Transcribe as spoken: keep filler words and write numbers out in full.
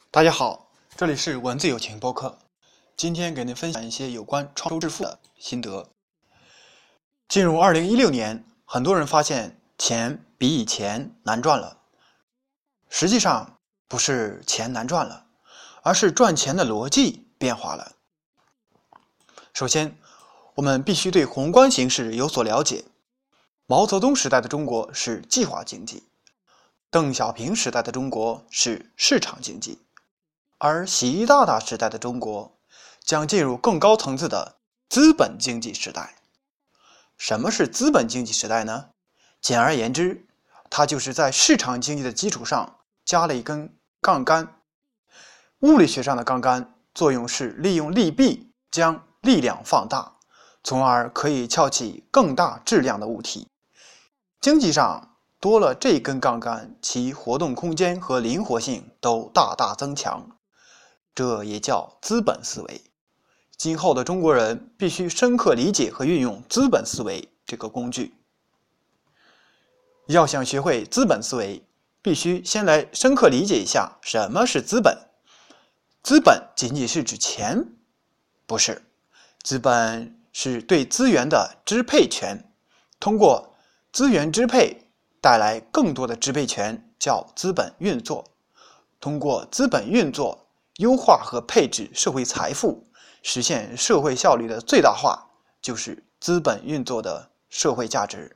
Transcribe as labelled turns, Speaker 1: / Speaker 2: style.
Speaker 1: 大家好，这里是文字有情播客，今天给您分享一些有关创收致富的心得。进入二零一六年，很多人发现钱比以前难赚了。实际上不是钱难赚了，而是赚钱的逻辑变化了。首先，我们必须对宏观形势有所了解。毛泽东时代的中国是计划经济，邓小平时代的中国是市场经济，而习大大时代的中国将进入更高层次的资本经济时代。什么是资本经济时代呢？简而言之，它就是在市场经济的基础上加了一根杠杆。物理学上的杠杆作用是利用力臂将力量放大，从而可以撬起更大质量的物体。经济上多了这根杠杆，其活动空间和灵活性都大大增强，这也叫资本思维。今后的中国人必须深刻理解和运用资本思维这个工具。要想学会资本思维，必须先来深刻理解一下什么是资本。资本仅仅是指钱？不是，资本是对资源的支配权，通过资源支配带来更多的支配权，叫资本运作。通过资本运作优化和配置社会财富，实现社会效率的最大化，就是资本运作的社会价值。